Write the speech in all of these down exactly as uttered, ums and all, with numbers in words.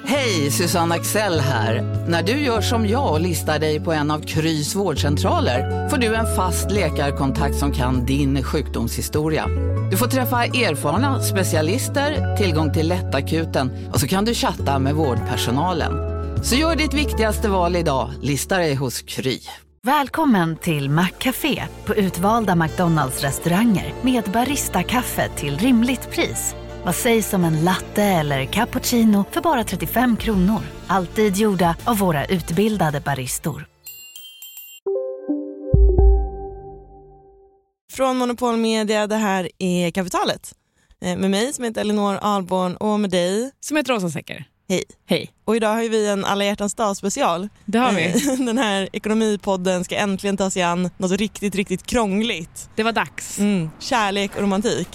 Hej, Susanne Axel här. När du gör som jag och listar dig på en av Krys vårdcentraler får du en fast läkarkontakt som kan din sjukdomshistoria. Du får träffa erfarna specialister, tillgång till lättakuten och så kan du chatta med vårdpersonalen. Så gör ditt viktigaste val idag, lista dig hos Kry. Välkommen till Maccafé på utvalda McDonalds-restauranger med barista-kaffe till rimligt pris. Vad sägs om en latte eller cappuccino för bara trettiofem kronor? Alltid gjorda av våra utbildade baristor. Från Monopol Media, det här är Kapitalet. Med mig som heter Elinor Ahlborn och med dig som heter Rosa Säcker. Hej. Hej. Och idag har vi en alla hjärtans dag special. Det har vi. Den här ekonomipodden ska äntligen ta sig an något riktigt, riktigt krångligt. Det var dags. Mm. Kärlek och romantik.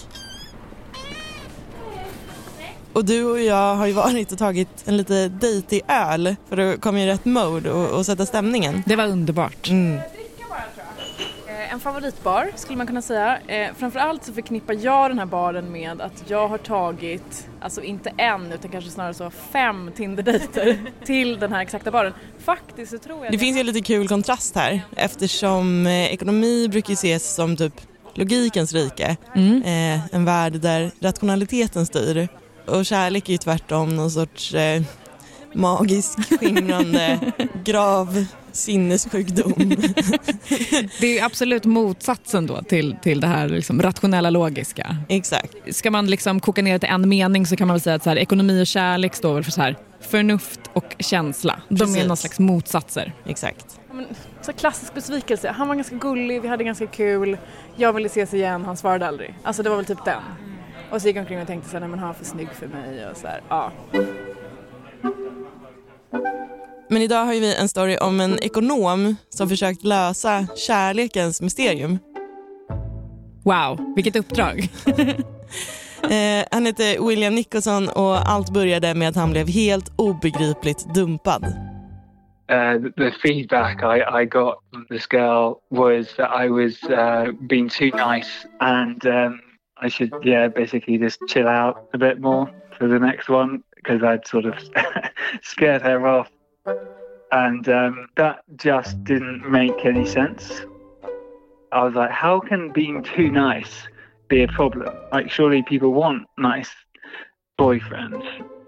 Och du och jag har ju varit och tagit en lite dejtig öl för att komma i rätt mode och, och sätta stämningen. Det var underbart. Mm. En favoritbar skulle man kunna säga. Eh, framförallt så förknippar jag den här baren med att jag har tagit, alltså inte en utan kanske snarare så fem Tinder-dejter till den här exakta baren. Faktiskt så tror jag... Det, det finns ju lite kul kontrast här eftersom eh, ekonomi brukar ses som typ logikens rike. Mm. Eh, en värld där rationaliteten styr. Och kärlek är ju tvärtom någon sorts eh, magisk, skimrande, grav sinnessjukdom. Det är absolut motsatsen då till, till det här liksom rationella logiska. Exakt. Ska man liksom koka ner till en mening så kan man väl säga att så här, ekonomi och kärlek står väl för så här, förnuft och känsla. Precis. De är någon slags motsatser. Exakt. Men, så klassisk besvikelse. Han var ganska gullig, vi hade ganska kul. Jag ville ses igen, han svarade aldrig. Alltså det var väl typ den. Och så gick jag omkring och tänkte så här, nej men han är för snygg för mig och så här, ja. Men idag har ju vi en story om en ekonom som försökt lösa kärlekens mysterium. Wow, vilket uppdrag. eh, han heter William Nicholson och allt började med att han blev helt obegripligt dumpad. Uh, the feedback I, I got from this girl was that I was uh, being too nice and um, I should, yeah, basically just chill out a bit more for the next one because I'd sort of scared her off. And um, that just didn't make any sense. I was like, how can being too nice be a problem? Like, surely people want nice boyfriends.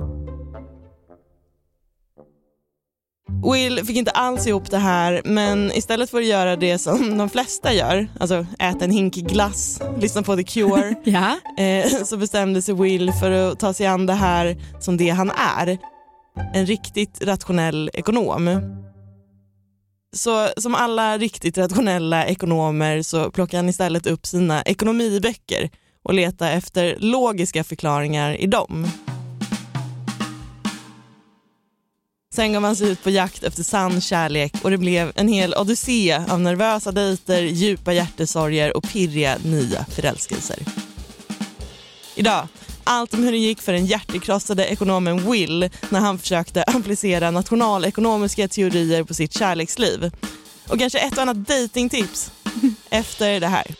Will fick inte alls ihop det här, men istället för att göra det som de flesta gör, alltså äta en hink glass, lyssna på The Cure, ja. eh, så bestämde sig Will för att ta sig an det här som det han är. En riktigt rationell ekonom. Så som alla riktigt rationella ekonomer så plockar han istället upp sina ekonomiböcker och letar efter logiska förklaringar i dem. Sen gav han sig ut på jakt efter sann kärlek och det blev en hel odyssé av nervösa dejter, djupa hjärtesorger och pirriga nya förälskelser. Idag, allt om hur det gick för den hjärtekrossade ekonomen Will när han försökte applicera nationalekonomiska teorier på sitt kärleksliv. Och kanske ett och annat datingtips efter det här.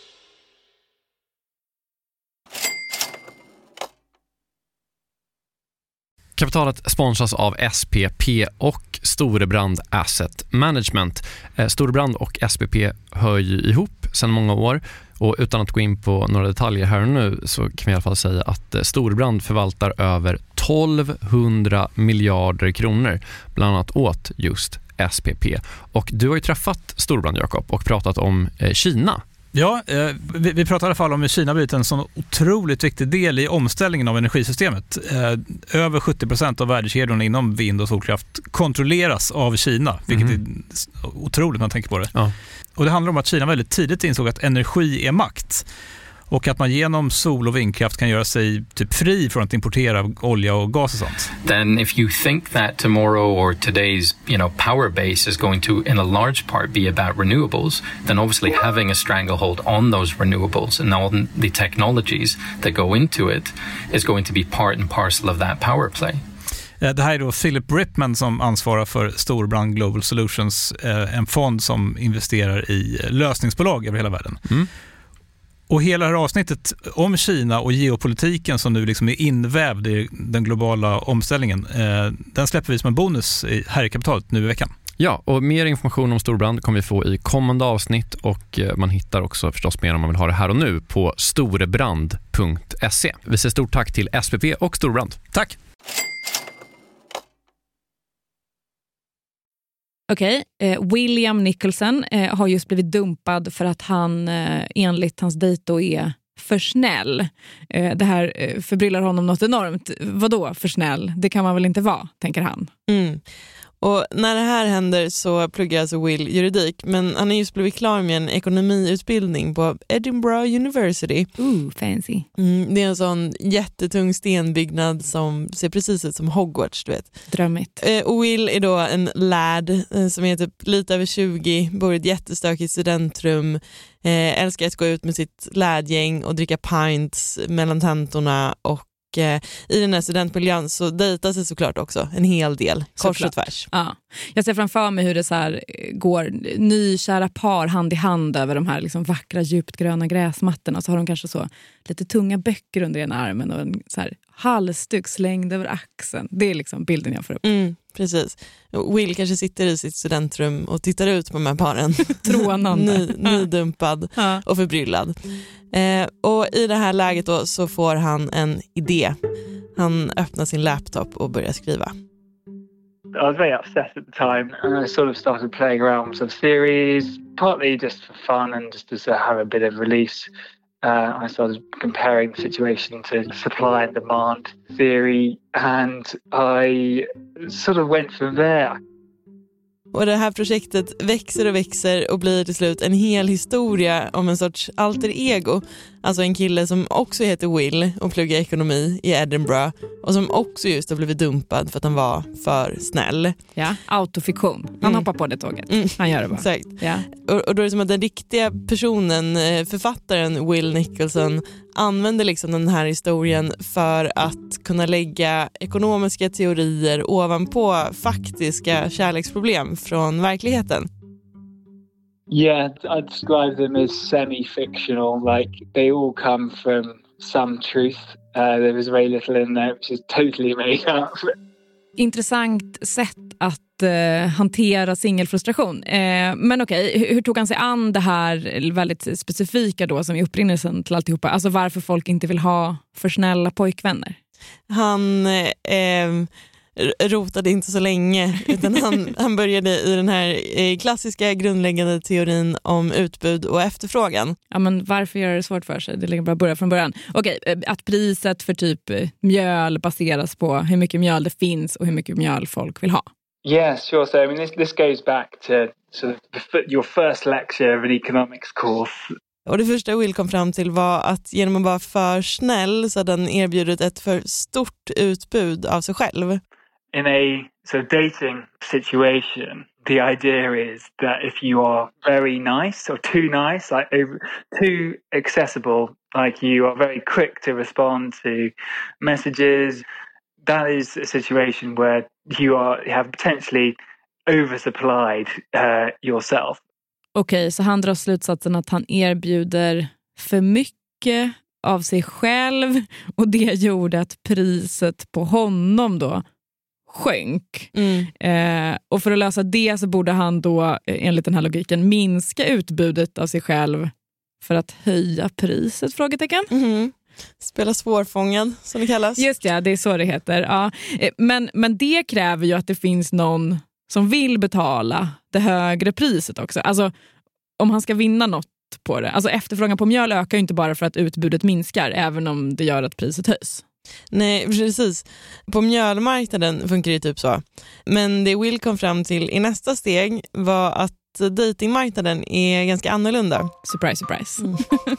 Kapitalet sponsras av S P P och Storebrand Asset Management. Storebrand och S P P hör ju ihop sedan många år och utan att gå in på några detaljer här och nu så kan vi i alla fall säga att Storebrand förvaltar över tolvhundra miljarder kronor bland annat åt just S P P. Och du har ju träffat Storebrand, Jakob, och pratat om Kina. Ja, eh, vi, vi pratar i alla fall om hur Kina blivit en sån otroligt viktig del i omställningen av energisystemet. Eh, över sjuttio procent av värdekedjorna inom vind- och solkraft kontrolleras av Kina, vilket mm. är otroligt när man tänker på det. Ja. Och det handlar om att Kina väldigt tidigt insåg att energi är makt. Och att man genom sol- och vindkraft kan göra sig typ fri från att importera olja och gas och sånt. Then if you think that tomorrow or today's, you know, power base is going to in a large part be about renewables, then obviously having a stranglehold on those renewables and all the technologies that go into it is going to be part and parcel of that power play. Det här är då Philip Ripman som ansvarar för Storebrand Global Solutions, en fond som investerar i lösningsbolag över hela världen. Mm. Och hela det här avsnittet om Kina och geopolitiken som nu liksom är invävd i den globala omställningen, eh, den släpper vi som en bonus här i Kapitalet nu i veckan. Ja, och mer information om Storebrand kommer vi få i kommande avsnitt och man hittar också förstås mer om man vill ha det här och nu på storebrand punkt se. Vi säger stort tack till S P P och Storebrand. Tack! Okej, okay. eh, William Nicholson eh, har just blivit dumpad för att han eh, enligt hans dejt då är för snäll. Eh, det här eh, förbryllar honom något enormt. Vadå för snäll? Det kan man väl inte vara, tänker han. Mm. Och när det här händer så pluggar alltså Will juridik, men han har just blivit klar med en ekonomiutbildning på Edinburgh University. Ooh, fancy. Mm, det är en sån jättetung stenbyggnad som ser precis ut som Hogwarts, du vet. Drömmigt. Eh, och Will är då en lad eh, som är typ lite över tjugo, bor i ett jättestökigt studentrum, eh, älskar att gå ut med sitt ladgäng och dricka pints mellan tentorna, och i den här studentmiljön så dejtar sig såklart också en hel del, kors och tvärs. Ja. Jag ser framför mig hur det så här går nykära par hand i hand över de här liksom vackra djupt gröna gräsmattorna, så har de kanske så lite tunga böcker under ena armen och en så här halsduk slängd över axeln. Det är liksom bilden jag får upp. Mm, precis. Will kanske sitter i sitt studentrum och tittar ut på de här paren. Trånande. Ny, nydumpad ja. och förbryllad. Eh, och i det här läget då så får han en idé. Han öppnar sin laptop och börjar skriva. I was very upset at the time, and I sort of started playing around with some theories, partly just for fun and just to sort of have a bit of release. Uh, I started comparing the situation to supply and demand theory, and I sort of went from there. Och det här projektet växer och växer och blir till slut en hel historia om en sorts alter ego. Alltså en kille som också heter Will och pluggar ekonomi i Edinburgh och som också just har blivit dumpad för att han var för snäll. Ja, autofiktion. Han mm. hoppar på det tåget. Mm. Han gör det bara. Exakt. Ja. Och, och då är det som att den riktiga personen, författaren Will Nicholson, använder liksom den här historien för att kunna lägga ekonomiska teorier ovanpå faktiska kärleksproblem från verkligheten. Yeah, I'd describe them as semi-fictional. Like they all come from some truth. Uh, there was very little in there which is totally made up. Intressant sätt att eh, hantera singelfrustration. Eh, men okej, okay, hur, hur tog han sig an det här väldigt specifika då som är upprinnelsen till alltihopa? Alltså varför folk inte vill ha för snälla pojkvänner? Han eh, rotade inte så länge, utan han, han började i den här eh, klassiska grundläggande teorin om utbud och efterfrågan. Ja, men varför gör det svårt för sig? Det ligger bara att börja från början. Okej, okay, att priset för typ mjöl baseras på hur mycket mjöl det finns och hur mycket mjöl folk vill ha. Yeah, sure. So I mean, this this goes back to sort of the, your first lecture of an economics course. Och det första Will kom fram till var att genom att vara för snäll så hade den erbjudit ett för stort utbud av sig själv. In a sort of dating situation, the idea is that if you are very nice or too nice, like too accessible, like you are very quick to respond to messages, that is a situation where you are have potentially oversupplied uh, yourself. Okej, okay, så han drar slutsatsen att han erbjuder för mycket av sig själv och det gjorde att priset på honom då sjönk. Mm. Eh, och för att lösa det så borde han då enligt den här logiken minska utbudet av sig själv för att höja priset, frågetecken. Mm. Spela svårfångad som det kallas. Just det, det är så det heter. Ja. Eh, men, men det kräver ju att det finns någon som vill betala det högre priset också. Alltså om han ska vinna något på det. Alltså efterfrågan på mjöl ökar ju inte bara för att utbudet minskar, även om det gör att priset höjs. Nej, precis. På mjölmarknaden funkar det typ så. Men det Will kom fram till i nästa steg var att datingmarknaden är ganska annorlunda. Surprise, surprise. Mm.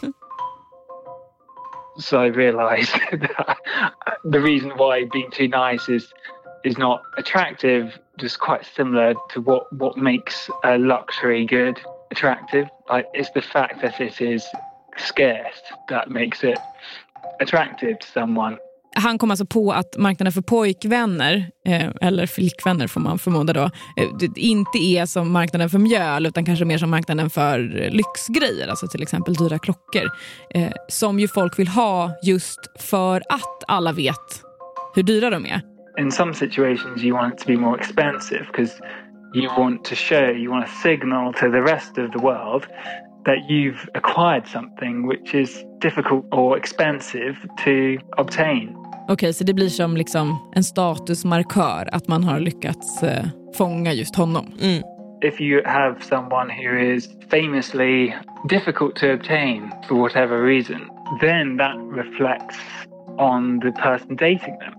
So I realized that the reason why being too nice is is not attractive, just quite similar to what, what makes a luxury good attractive. Like, it's the fact that it is scarce that makes it attractive to someone. han kom alltså på att marknaden för pojkvänner, eh, eller flickvänner får man förmoda då, eh, det inte är som marknaden för mjöl utan kanske mer som marknaden för lyxgrejer, alltså till exempel dyra klockor, eh, som ju folk vill ha just för att alla vet hur dyra de är. In some situations you want it to be more expensive because you want to show, you want to signal to the rest of the world that you've acquired something which is difficult or expensive to obtain. Okej, okay, så det blir som liksom en statusmarkör att man har lyckats eh, fånga just honom. Mm. If you have someone who is famously difficult to obtain for whatever reason, then that reflects on the person dating them.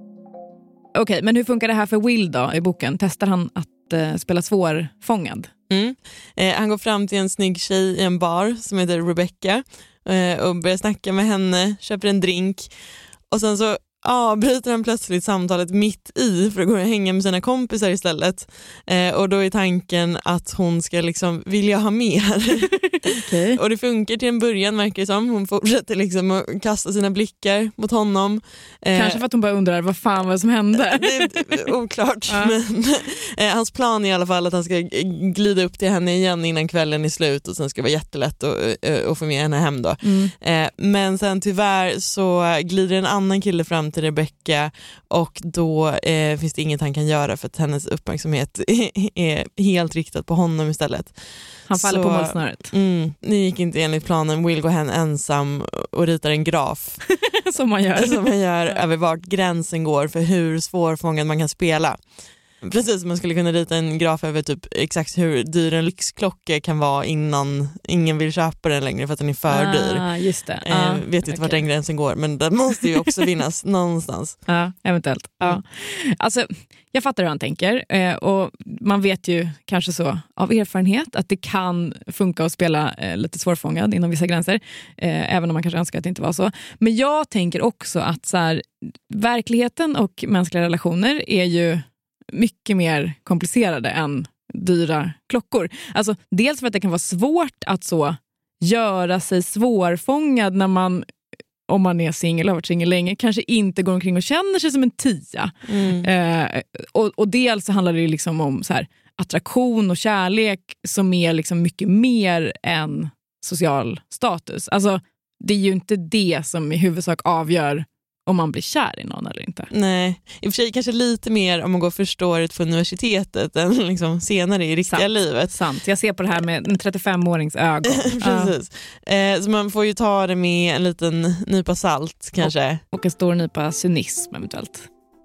Okej, okay, men hur funkar det här för Will då i boken? Testar han att eh, spela svårfångad? Mm. Eh, han går fram till en snygg tjej i en bar som heter Rebecca eh, och börjar snacka med henne, köper en drink och sen så avbryter han plötsligt samtalet mitt i för att gå och hänga med sina kompisar istället. Eh, och då är tanken att hon ska liksom vilja ha mer. Okay. Och det funkar till en början, verkar det som. Hon fortsätter liksom att kasta sina blickar mot honom. Eh, Kanske för att hon bara undrar vad fan vad som hände. Det är oklart. Ja. Men, eh, hans plan är i alla fall att han ska glida upp till henne igen innan kvällen är slut och sen ska det vara jättelätt att, att få med henne hem då. Mm. Eh, men sen tyvärr så glider en annan kille fram till Rebecca och då eh, finns det inget han kan göra för att hennes uppmärksamhet är helt riktad på honom istället. Han faller så, på målsnöret. Mm, det gick inte enligt planen. Will går hem ensam och ritar en graf som man gör, som man gör över vart gränsen går för hur svårfångad man kan spela. Precis som man skulle kunna rita en graf över typ exakt hur dyr en lyxklocka kan vara innan ingen vill köpa den längre för att den är för ah, dyr. Just det. Eh, ah, vet inte okay. vart den gränsen går, men den måste ju också finnas någonstans. Ja, eventuellt. Ja. Alltså, jag fattar hur han tänker eh, och man vet ju kanske så av erfarenhet att det kan funka att spela eh, lite svårfångad inom vissa gränser, eh, även om man kanske önskar att det inte var så. Men jag tänker också att så här, verkligheten och mänskliga relationer är ju mycket mer komplicerade än dyra klockor. Alltså, dels för att det kan vara svårt att så göra sig svårfångad när man, om man är singel och har varit singel länge, kanske inte går omkring och känner sig som en tia. Mm. Eh, och, och dels så handlar det ju liksom om så här, attraktion och kärlek som är liksom mycket mer än social status. Alltså, det är ju inte det som i huvudsak avgör om man blir kär i någon eller inte. Nej, i och för sig kanske lite mer om man går förståret på universitetet än liksom senare i riktiga Sant. livet. Sant, jag ser på det här med en trettiofem-årings ögon. Precis. Ja. Eh, så man får ju ta det med en liten nypa salt kanske. Och, och en stor nypa cynism eventuellt.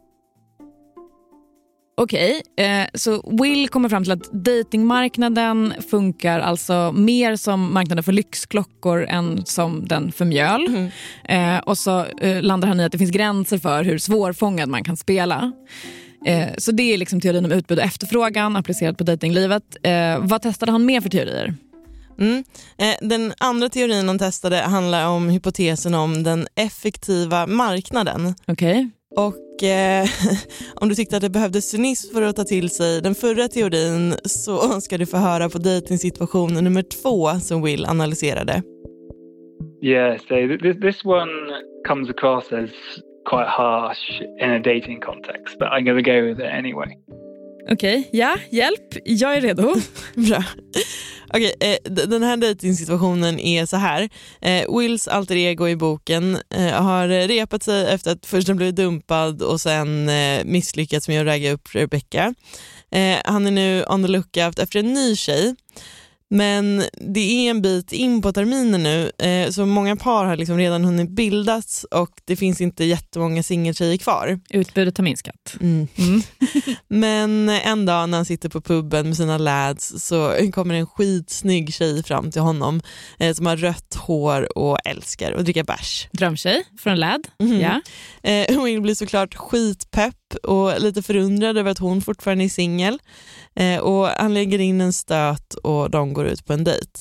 Okej, eh, så Will kommer fram till att datingmarknaden funkar alltså mer som marknaden för lyxklockor än som den för mjöl. Mm. Eh, och så eh, landar han i att det finns gränser för hur svårfångad man kan spela. Eh, så det är liksom teorin om utbud och efterfrågan applicerat på datinglivet. Eh, vad testade han mer för teorier? Mm. Eh, den andra teorin han testade handlar om hypotesen om den effektiva marknaden. Okej. Okay. Och eh, om du tyckte att det behövdes cynism för att ta till sig den förra teorin så ska du få höra på dejtingsituation nummer två som Will analyserade. Yeah, so th- this one comes across as quite harsh in a dating context, but I'm going to go with it anyway. Okej, okay, ja, hjälp. Jag är redo. Bra. Okej, okay, eh, den här dejtingsituationen är så här. Eh, Wills alter ego i boken eh, har repat sig efter att först han blev dumpad och sen eh, misslyckats med att ragga upp Rebecca. Eh, han är nu on the lookout efter en ny tjej. Men det är en bit in på terminen nu eh, så många par har liksom redan hunnit bildas och det finns inte jättemånga singeltjejer kvar. Utbudet har minskat. Mm. Mm. Men en dag när han sitter på puben med sina lads så kommer en skitsnygg tjej fram till honom eh, som har rött hår och älskar att dricka bärs. Drömtjej från lad. Mm. Ja. Eh, Will blir såklart skitpepp och lite förundrad över att hon fortfarande är singel. Eh, och han lägger in en stöt och de går ut på en dejt.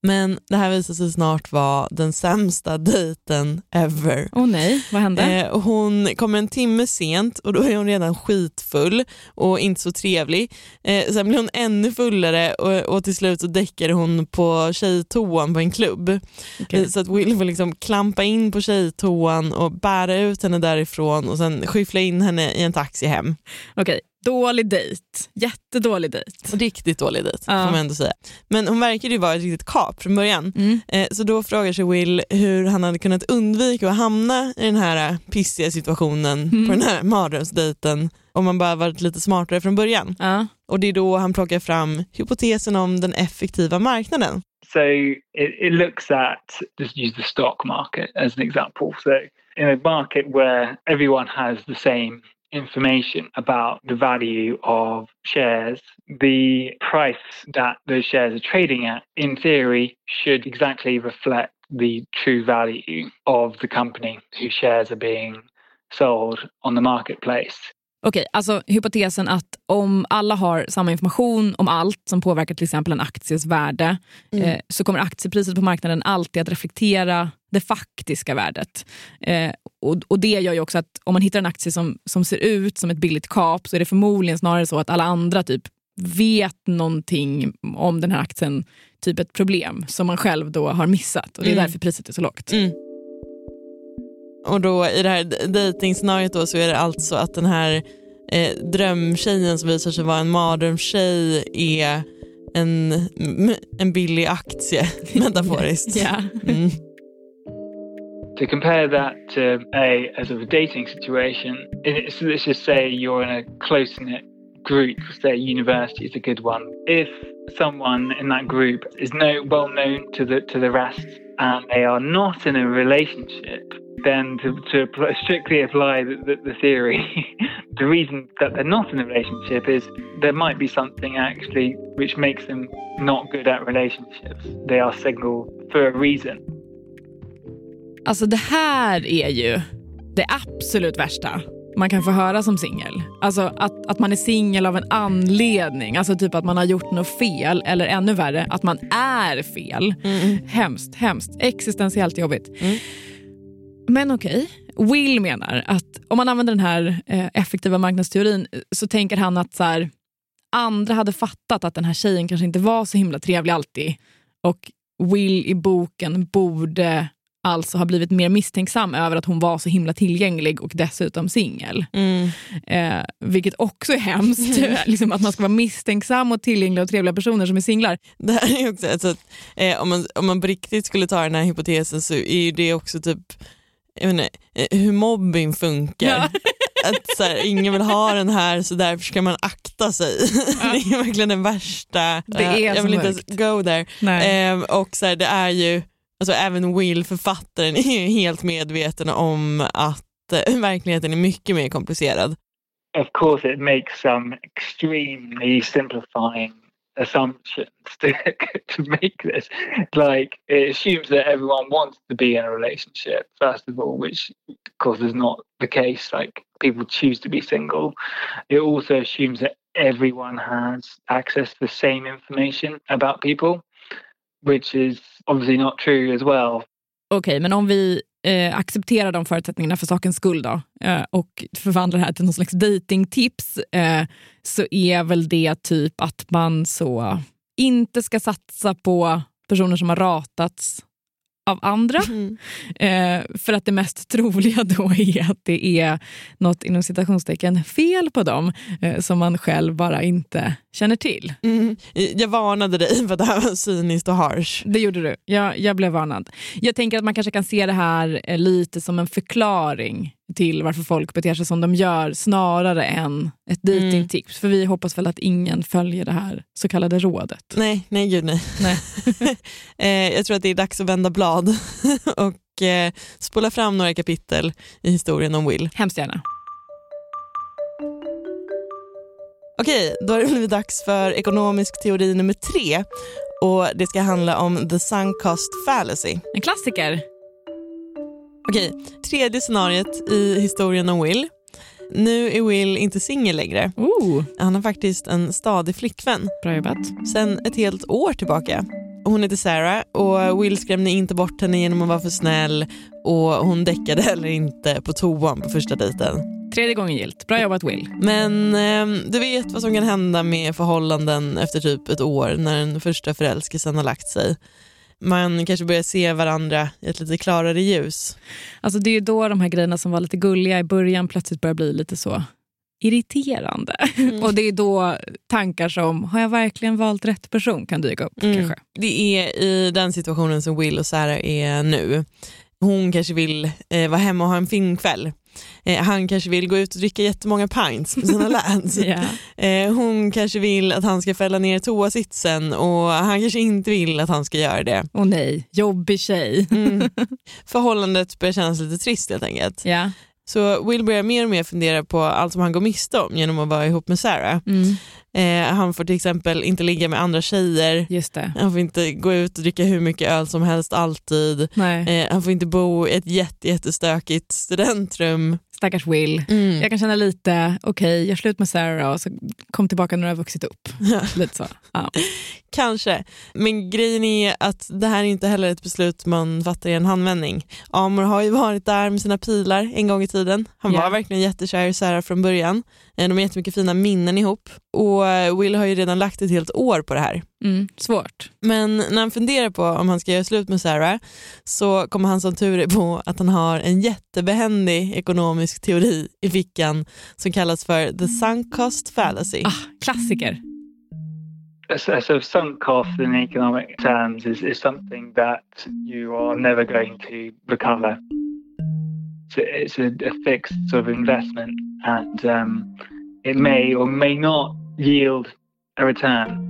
Men det här visar sig snart vara den sämsta dejten ever. Åh oh, nej, vad hände? Eh, hon kommer en timme sent och då är hon redan skitfull och inte så trevlig. Eh, sen blir hon ännu fullare och, och till slut så däckar hon på tjejtoan på en klubb. Okay. Eh, så att Will får liksom klampa in på tjejtoan och bära ut henne därifrån och sen skyffla in henne i en taxi hem. Okej. Okay. Dålig dejt. Jättedålig dejt. Riktigt dålig dejt, ja. får man ändå säga. Men hon verkar ju vara ett riktigt kap från början. Mm. Eh, så då frågar sig Will hur han hade kunnat undvika att hamna i den här pissiga situationen mm. på den här mardrömsdejten om man bara varit lite smartare från början. Ja. Och det är då han plockar fram hypotesen om den effektiva marknaden. So it, it looks at, just use the stock market as an example. So in a market where everyone has the same information about the value of shares, the price that those shares are trading at, in theory, should exactly reflect the true value of the company whose shares are being sold on the marketplace. Okej, alltså hypotesen att om alla har samma information om allt som påverkar till exempel en akties värde mm. eh, så kommer aktiepriset på marknaden alltid att reflektera det faktiska värdet. Eh, och, och det gör ju också att om man hittar en aktie som, som ser ut som ett billigt kap så är det förmodligen snarare så att alla andra typ vet någonting om den här aktien, typ ett problem som man själv då har missat och det är mm. därför priset är så lågt. Mm. Och då i det här dejtingscenariot då så är det alltså att den här eh, drömtjejen som visar sig vara en mardrömstjej är en, en billig aktie, metaforiskt. Yeah. Mm. To compare that to a as of a dating situation, it's, let's just say you're in a close-knit group, say university is a good one. If someone in that group is no, well known to the to the rest and they are not in a relationship, then to, to strictly apply the, the, the theory, the reason that they're not in a relationship is there might be something actually which makes them not good at relationships. They are single for a reason. Alltså det här är ju det absolut värsta man kan få höra som singel. Alltså att, att man är singel av en anledning. Alltså typ att man har gjort något fel. Eller ännu värre, att man är fel. Mm. Hemskt, hemskt. Existentiellt jobbigt. Mm. Men okej, okay. Will menar att om man använder den här eh, effektiva marknadsteorin så tänker han att så här, andra hade fattat att den här tjejen kanske inte var så himla trevlig alltid. Och Will i boken borde alltså ha blivit mer misstänksam över att hon var så himla tillgänglig och dessutom singel. Mm. Eh, vilket också är hemskt. liksom att man ska vara misstänksam och tillgängliga och trevliga personer som är singlar. Det här är också alltså, eh, om, man, om man på riktigt skulle ta den här hypotesen så är ju det också typ jag menar, hur mobbing funkar. Ja. Att så här, ingen vill ha den här så därför ska man akta sig. Ja. Det är verkligen den värsta. Det är jag vill inte mörkt. go there. Eh, och så här, det är ju alltså även Will, författaren, är ju helt medveten om att eh, verkligheten är mycket mer komplicerad. Of course it makes some extremely simplifying assumptions to, to make this. Like, it assumes that everyone wants to be in a relationship, first of all, which of course is not the case. Like, people choose to be single. It also assumes that everyone has access to the same information about people, which is obviously not true as well. Okej, okay, men om vi eh, accepterar de förutsättningarna för sakens skull då eh, och förvandlar det här till någon slags datingtips eh, så är väl det typ att man så inte ska satsa på personer som har ratats av andra. Mm. Eh, för att det mest troliga då är att det är något inom citationstecken fel på dem eh, som man själv bara inte känner till. Mm. Jag varnade dig för det här var cyniskt och harsh. Det gjorde du. Jag, jag blev varnad. Jag tänker att man kanske kan se det här eh, lite som en förklaring till varför folk beter sig som de gör snarare än ett datingtips. Mm. För vi hoppas väl att ingen följer det här så kallade rådet. Nej, nej gud nej. nej. eh, jag tror att det är dags att vända blad och eh, spola fram några kapitel i historien om Will. Hemskt gärna. Okej, då har det blivit dags för ekonomisk teori nummer tre. Och det ska handla om the sunk cost fallacy. En klassiker. Okej, tredje scenariet i historien om Will. Nu är Will inte singel längre. Ooh. Han har faktiskt en stadig flickvän. Bra jobbat. Sen ett helt år tillbaka. Hon heter Sarah och Will skrämde inte bort henne genom att vara för snäll och hon däckade heller inte på toan på första dejten. Tredje gången gilt. Bra jobbat, Will. Men eh, du vet vad som kan hända med förhållanden efter typ ett år när den första förälskelsen har lagt sig. Man kanske börjar se varandra i ett lite klarare ljus. Alltså det är då de här grejerna som var lite gulliga i början plötsligt börjar bli lite så irriterande. Mm. Och det är då tankar som, har jag verkligen valt rätt person, kan dyka upp mm. kanske. Det är i den situationen som Will och Sarah är nu. Hon kanske vill eh, vara hemma och ha en filmkväll. Eh, han kanske vill gå ut och dricka jättemånga pints på sina lads. yeah. eh, hon kanske vill att han ska fälla ner toasitsen och han kanske inte vill att han ska göra det. Åh oh, nej, jobbig tjej. mm. Förhållandet börjar kännas lite trist helt enkelt. Yeah. Så Will börjar mer och mer fundera på allt som han går miste om genom att vara ihop med Sarah. Mm. Eh, han får till exempel inte ligga med andra tjejer. Just det. Han får inte gå ut och dricka hur mycket öl som helst alltid. Nej. Eh, han får inte bo i ett jätte, jättestökigt studentrum. Stackars Will. Mm. Jag kan känna lite, okej, okay, jag slut med Sarah och så kom tillbaka när jag har vuxit upp. Lite så. Ja. Kanske. Men grejen är att det här är inte heller ett beslut man fattar i en handvändning. Amor har ju varit där med sina pilar en gång i tiden. Han yeah. var verkligen jättekär i Sarah från början. De har jättemycket fina minnen ihop. Och Will har ju redan lagt ett helt år på det här. Mm, svårt. Men när han funderar på om han ska göra slut med Sarah så kommer han som tur är på att han har en jättebehändig ekonomisk teori i fickan som kallas för the sunk cost fallacy. Ah, klassiker. So, so sunk cost in economic terms is, is something that you are never going to recover. So it's a, a fixed sort of investment and um, it may or may not yield a return.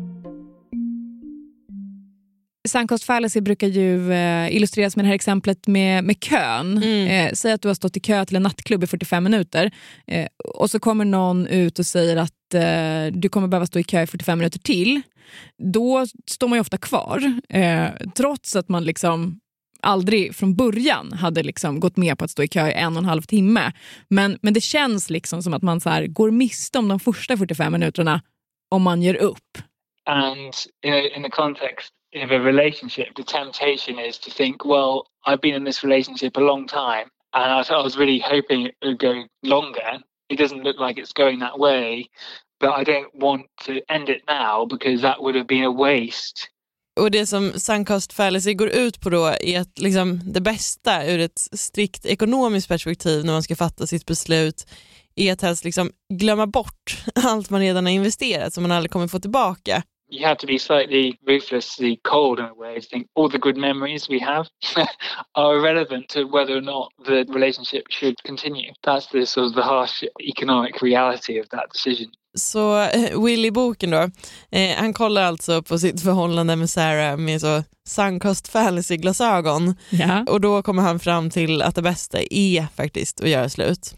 Sunk cost fallacy brukar ju eh, illustreras med det här exemplet med, med kön. Mm. Eh, säg att du har stått i kö till en nattklubb i fyrtiofem minuter eh, och så kommer någon ut och säger att eh, du kommer behöva stå i kö i fyrtiofem minuter till. Då står man ju ofta kvar eh, trots att man liksom aldrig från början hade liksom gått med på att stå i kö i en och en halv timme. Men, men det känns liksom som att man så här går miste om de första fyrtiofem minuterna om man ger upp. And in, a, in the context of a relationship, the temptation is to think, well, I've been in this relationship a long time and I, I was really hoping it would go longer. It doesn't look like it's going that way, but I don't want to end it now because that would have been a waste. Och det som sunk cost fallacy går ut på då är att liksom det bästa ur ett strikt ekonomiskt perspektiv när man ska fatta sitt beslut är att helst liksom glömma bort allt man redan har investerat som man aldrig kommer få tillbaka. You have to be slightly ruthlessly cold in a way to think all the good memories we have are irrelevant to whether or not the relationship should continue. That's the sort of the harsh economic reality of that decision. Så Will i boken då, eh, han kollar alltså på sitt förhållande med Sarah med så sunk cost fallacy glasögon. Ja. Och då kommer han fram till att det bästa är faktiskt att göra slut.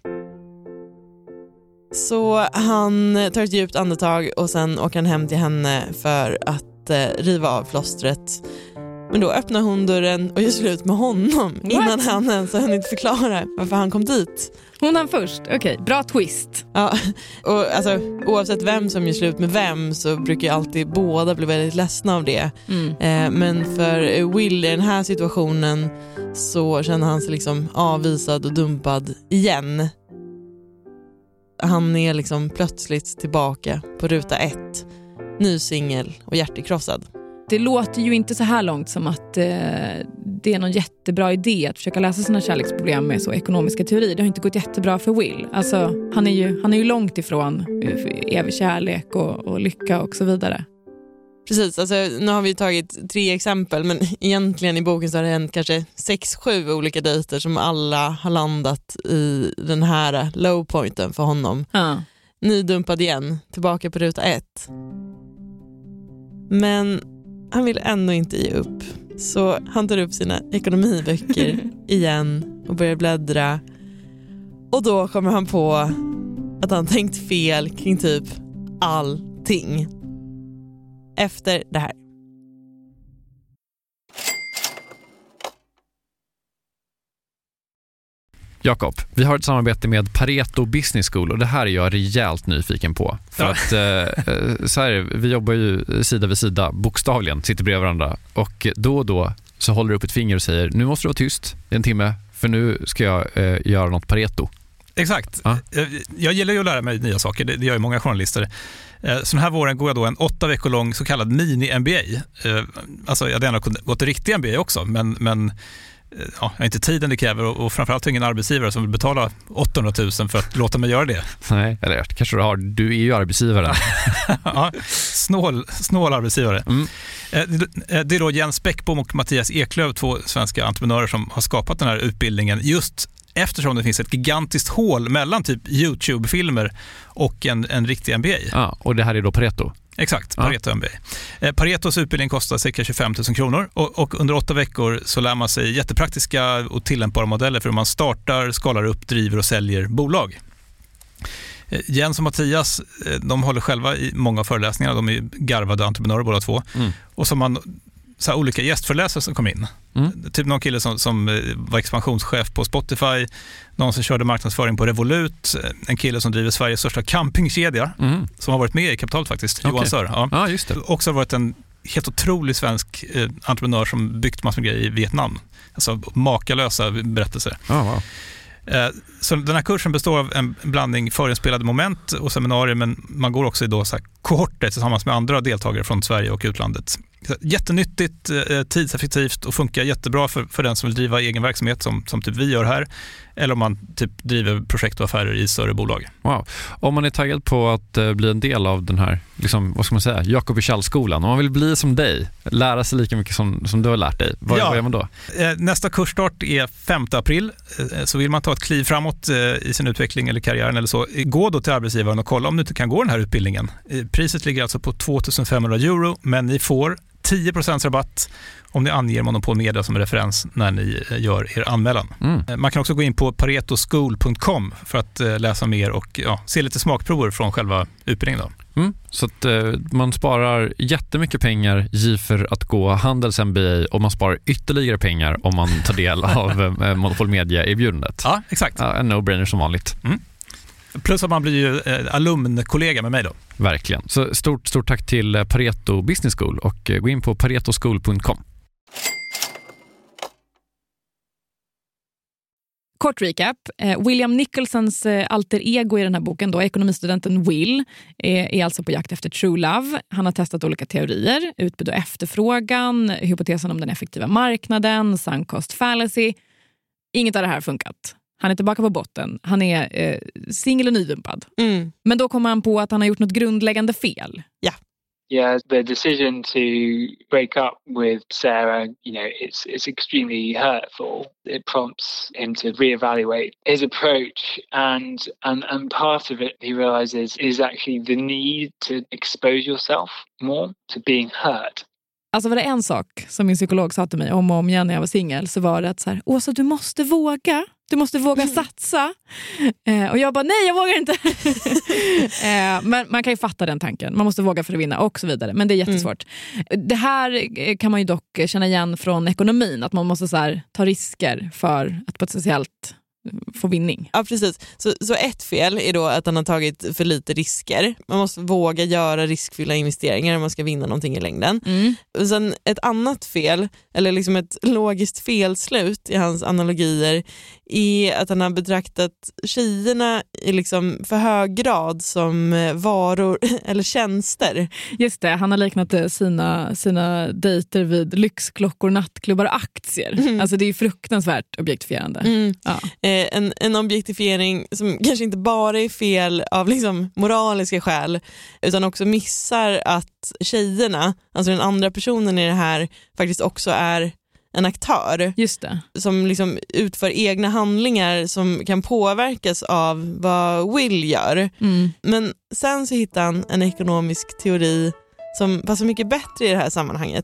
Så han tar ett djupt andetag och sen åker han hem till henne för att eh, riva av plåstret. Men då öppnar hon dörren och gör slut med honom. What? Innan han ens har hunnit förklara varför han kom dit. Hon han först, okej, okay. Bra twist. Ja, och alltså, oavsett vem som gör slut med vem så brukar alltid båda bli väldigt ledsna av det. Mm. Eh, men för Will i den här situationen så känner han sig liksom avvisad och dumpad igen. Han är liksom plötsligt tillbaka på ruta ett. Ny singel och hjärtekrossad. Det låter ju inte så här långt som att eh, det är någon jättebra idé att försöka lösa sina kärleksproblem med så ekonomiska teorier. Det har inte gått jättebra för Will. Alltså, han är ju, han är ju långt ifrån evig kärlek och, och lycka och så vidare. Precis, alltså, nu har vi tagit tre exempel men egentligen i boken så har det hänt kanske sex, sju olika dejter som alla har landat i den här low pointen för honom. Ja. Nydumpad igen, tillbaka på ruta ett. Men han vill ändå inte ge upp. Så han tar upp sina ekonomiböcker igen och börjar bläddra. Och då kommer han på att han tänkt fel kring typ allting. Efter det här. Jakob, vi har ett samarbete med Pareto Business School och det här är jag rejält nyfiken på. För ja. att eh, så här, vi jobbar ju sida vid sida, bokstavligen, sitter bredvid varandra. Och då och då så håller du upp ett finger och säger, nu måste du vara tyst i en timme, för nu ska jag eh, göra något Pareto. Exakt. Ja. Jag gillar ju att lära mig nya saker, det gör ju många journalister. Så den här våren går jag då en åtta veckor lång så kallad mini-M B A. Alltså jag hade gärna gått till riktig M B A också, men, men ja, jag har inte tiden det kräver och, och framförallt ingen arbetsgivare som vill betala åttahundratusen för att låta mig göra det. Nej, eller kanske du har. Du är ju arbetsgivaren. Ja, snål, snål arbetsgivare. Mm. Det är då Jens Bäckbom och Mattias Eklöf, två svenska entreprenörer som har skapat den här utbildningen just eftersom det finns ett gigantiskt hål mellan typ YouTube-filmer och en, en riktig M B A. Ja, och det här är då Pareto? Exakt, Pareto ja. M B A. Paretos utbildning kostar cirka tjugofem tusen kronor och, och under åtta veckor så lär man sig jättepraktiska och tillämpbara modeller för hur man startar, skalar upp, driver och säljer bolag. Jens och Mattias, de håller själva i många föreläsningar, de är garvade entreprenörer båda två. Mm. Och som man så här olika gästföreläsare som kom in. Mm. Typ någon kille som, som var expansionschef på Spotify, någon som körde marknadsföring på Revolut, en kille som driver Sveriges största campingkedja mm. som har varit med i kapitalet faktiskt, okay. Johan Sör. Ja. Ah, just det. Också har varit en helt otrolig svensk eh, entreprenör som byggt massor med grejer i Vietnam. Alltså makalösa berättelser. Oh, wow. eh, så den här kursen består av en blandning förinspelade moment och seminarier, men man går också i då så här kohorter tillsammans med andra deltagare från Sverige och utlandet. Jättenyttigt, tidseffektivt och funkar jättebra för, för den som vill driva egen verksamhet som, som typ vi gör här, eller om man typ driver projekt och affärer i större bolag. Wow. Om man är taggad på att uh, bli en del av den här, liksom, vad ska man säga, Jakob Wichall-skolan, om man vill bli som dig, lära sig lika mycket som, som du har lärt dig, vad, ja. vad gör man då? Nästa kursstart är femte april, så vill man ta ett kliv framåt i sin utveckling eller karriären eller så, gå då till arbetsgivaren och kolla om du inte kan gå den här utbildningen. Priset ligger alltså på tvåtusenfemhundra euro, men ni får tio procent rabatt om ni anger Monopol Media som referens när ni gör er anmälan. Mm. Man kan också gå in på pareto school punkt com för att läsa mer och ja, se lite smakprover från själva utbildningen då. Mm. Så att eh, man sparar jättemycket pengar i för att gå Handels M B A och man sparar ytterligare pengar om man tar del av eh, Monopol Media-erbjudandet. Ja, exakt. Ja, en no-brainer som vanligt. Mm. Plus att man blir ju eh, alumnkollega med mig då. Verkligen. Så stort, stort tack till Pareto Business School och eh, gå in på pareto school punkt com. Kort recap. William Nicholsons alter ego i den här boken, då, ekonomistudenten Will, är alltså på jakt efter true love. Han har testat olika teorier, utbud och efterfrågan, hypotesen om den effektiva marknaden, sunk cost fallacy. Inget av det här har funkat. Han är tillbaka på botten. Han är eh, singel och nydumpad. Mm. Men då kommer han på att han har gjort något grundläggande fel. Ja. Yeah, the decision to break up with Sarah, you know, it's it's extremely hurtful. It prompts him to reevaluate his approach, and and and part of it he realizes is actually the need to expose yourself more to being hurt. Alltså var det en sak som min psykolog sa till mig om och om igen när jag var singel, så var det att så här, Åsa, du måste våga. Du måste våga mm. satsa. Eh, och jag bara, nej jag vågar inte. eh, men man kan ju fatta den tanken. Man måste våga för att vinna och så vidare. Men det är jättesvårt. Mm. Det här kan man ju dock känna igen från ekonomin. Att man måste så här, ta risker för att potentiellt få vinning. Ja, precis. Så, så ett fel är då att han har tagit för lite risker. Man måste våga göra riskfyllda investeringar om man ska vinna någonting i längden. Mm. Och sen ett annat fel, eller liksom ett logiskt felslut i hans analogier, är att han har betraktat tjejerna i liksom för hög grad som varor eller tjänster. Just det, han har liknat sina, sina dejter vid lyxklockor, nattklubbar och aktier. Mm. Alltså det är ju fruktansvärt objektifierande. Mm. Ja. En, en objektifiering som kanske inte bara är fel av liksom moraliska skäl, utan också missar att tjejerna, alltså den andra personen i det här, faktiskt också är en aktör. Just det. Som liksom utför egna handlingar som kan påverkas av vad Will gör. Mm. Men sen så hittar han en ekonomisk teori som passar mycket bättre i det här sammanhanget.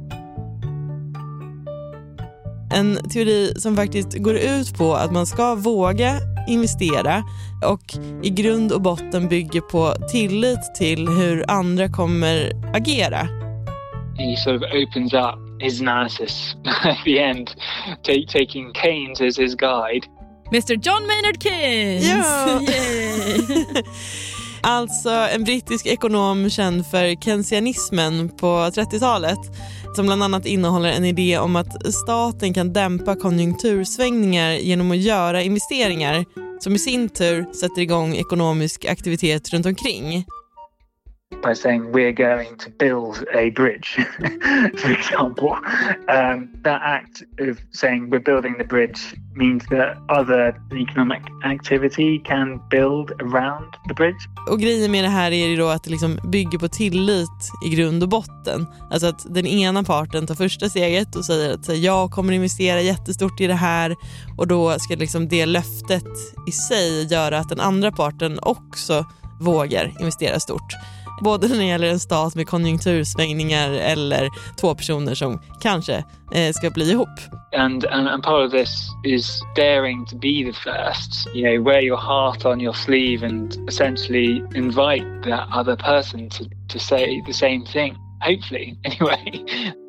En teori som faktiskt går ut på att man ska våga investera och i grund och botten bygger på tillit till hur andra kommer agera. He sort of opens up his analysis at the end, take, taking Keynes as his guide. mister John Maynard Keynes! Ja! Yay. Alltså en brittisk ekonom känd för keynesianismen på trettiotalet som bland annat innehåller en idé om att staten kan dämpa konjunktursvängningar genom att göra investeringar som i sin tur sätter igång ekonomisk aktivitet runt omkring. By saying we're going to build a bridge, for example. Um, that act of saying we're building the bridge means that other economic activity can build around the bridge. Och grejen med det här är ju då att det liksom bygger på tillit i grund och botten. Alltså att den ena parten tar första steget och säger att jag kommer investera jättestort i det här, och då ska liksom det löftet i sig göra att den andra parten också vågar investera stort. Både när det gäller en stat med konjunktursvängningar eller två personer som kanske eh, ska bli ihop. And, and and part of this is daring to be the first. You know, wear your heart on your sleeve and essentially invite that other person to, to say the same thing. Hopefully, anyway.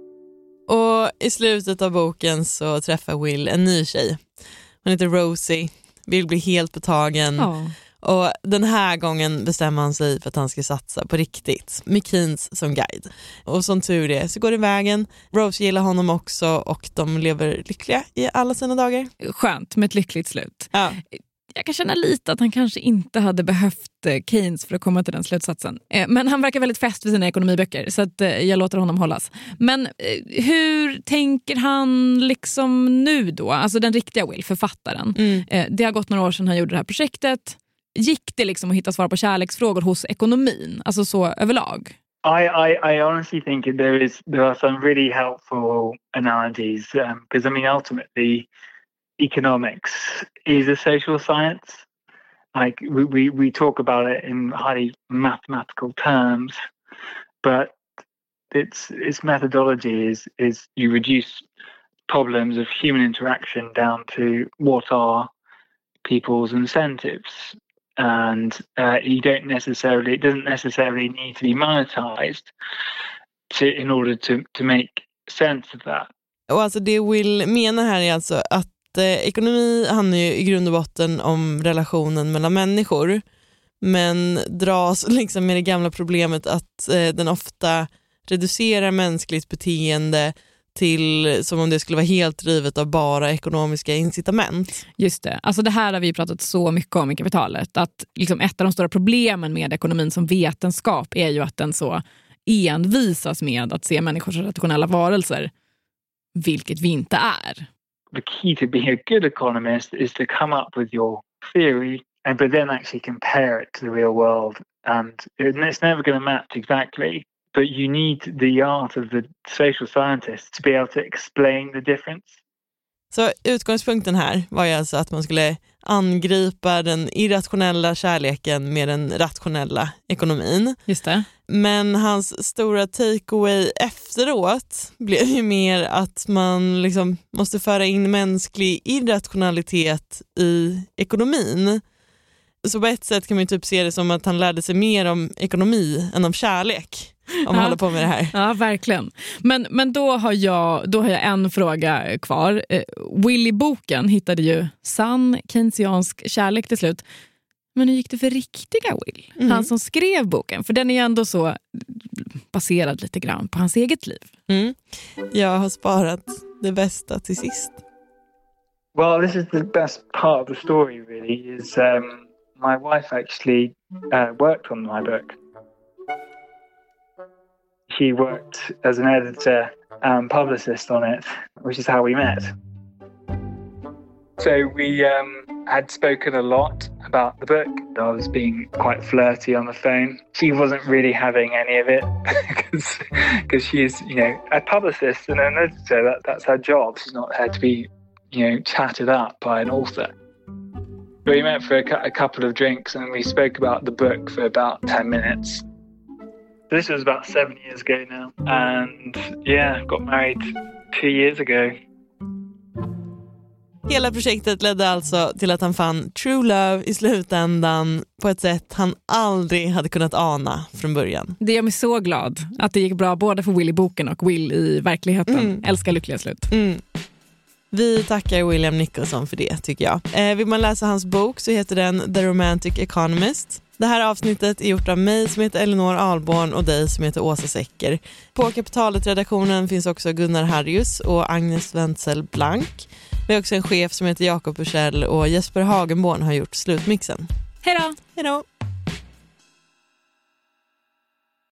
Och i slutet av boken så träffar Will en ny tjej. Hon heter Rosie. Will blir helt betagen. Oh. Och den här gången bestämmer han sig för att han ska satsa på riktigt, med Keynes som guide. Och som tur är så går det vägen. Rose gillar honom också och de lever lyckliga i alla sina dagar. Skönt med ett lyckligt slut. Ja. Jag kan känna lite att han kanske inte hade behövt Keynes för att komma till den slutsatsen. Men han verkar väldigt fäst vid sina ekonomiböcker, så att jag låter honom hållas. Men hur tänker han liksom nu då? Alltså den riktiga Will, författaren. Mm. Det har gått några år sedan han gjorde det här projektet. Gick det liksom att hitta svar på kärleksfrågor hos ekonomin? Alltså så överlag? I, I, I honestly think there is there are some really helpful analogies because um, I mean ultimately economics is a social science. Like we, we, we talk about it in highly mathematical terms, but its its methodology is is you reduce problems of human interaction down to what are people's incentives. And uh, you don't necessarily, it doesn't necessarily need to be monetized to, in order to, to make sense of that. Och alltså det Will menar här är alltså att eh, ekonomi handlar ju i grund och botten om relationen mellan människor, men dras liksom med det gamla problemet att eh, den ofta reducerar mänskligt beteende till som om det skulle vara helt drivet av bara ekonomiska incitament. Just det. Alltså det här har vi pratat så mycket om i Kapitalet. Att liksom ett av de stora problemen med ekonomin som vetenskap är ju att den så envisas med att se människor som rationella varelser. Vilket vi inte är. The key to being a good economist is to come up with your theory and but then actually compare it to the real world. And it's never going to match exactly. But you need the art of the social scientist to be able to explain the difference. Så utgångspunkten här var ju alltså att man skulle angripa den irrationella kärleken med den rationella ekonomin. Just det. Men hans stora takeaway efteråt blev ju mer att man liksom måste föra in mänsklig irrationalitet i ekonomin. Så på ett sätt kan man ju typ se det som att han lärde sig mer om ekonomi än om kärlek. Om man ja. håller på med det här. Ja, verkligen. Men, men då, har jag, då har jag en fråga kvar. Eh, Will-boken hittade ju sann keynesiansk kärlek till slut. Men hur gick det för riktiga Will? Mm. Han som skrev boken. För den är ju ändå så baserad lite grann på hans eget liv. Mm. Jag har sparat det bästa till sist. Well, this is the best part of the story really. Is um, my wife actually uh, worked on my book. She worked as an editor and publicist on it, which is how we met. So we um, had spoken a lot about the book. I was being quite flirty on the phone. She wasn't really having any of it because because she's, you know, a publicist and an editor. That, that's her job. She's not there to be, you know, chatted up by an author. But we met for a, a couple of drinks and we spoke about the book for about ten minutes. This was about seven years ago now. And yeah, got married two years ago. Hela projektet ledde alltså till att han fann true love i slutändan på ett sätt han aldrig hade kunnat ana från början. Det gör mig så glad att det gick bra både för Will i boken och Will i verkligheten. Mm. Älskar lyckliga slut. Mm. Vi tackar William Nicholson för det, tycker jag. Eh, vill man läsa hans bok så heter den The Romantic Economist. Det här avsnittet är gjort av mig som heter Elinor Ahlborn och dig som heter Åsa Secker. På Kapitalet-redaktionen finns också Gunnar Harrius och Agnes Wenzel Blank. Vi har också en chef som heter Jakob Bursell och Jesper Hagenborn har gjort slutmixen. Hej då! Hej då!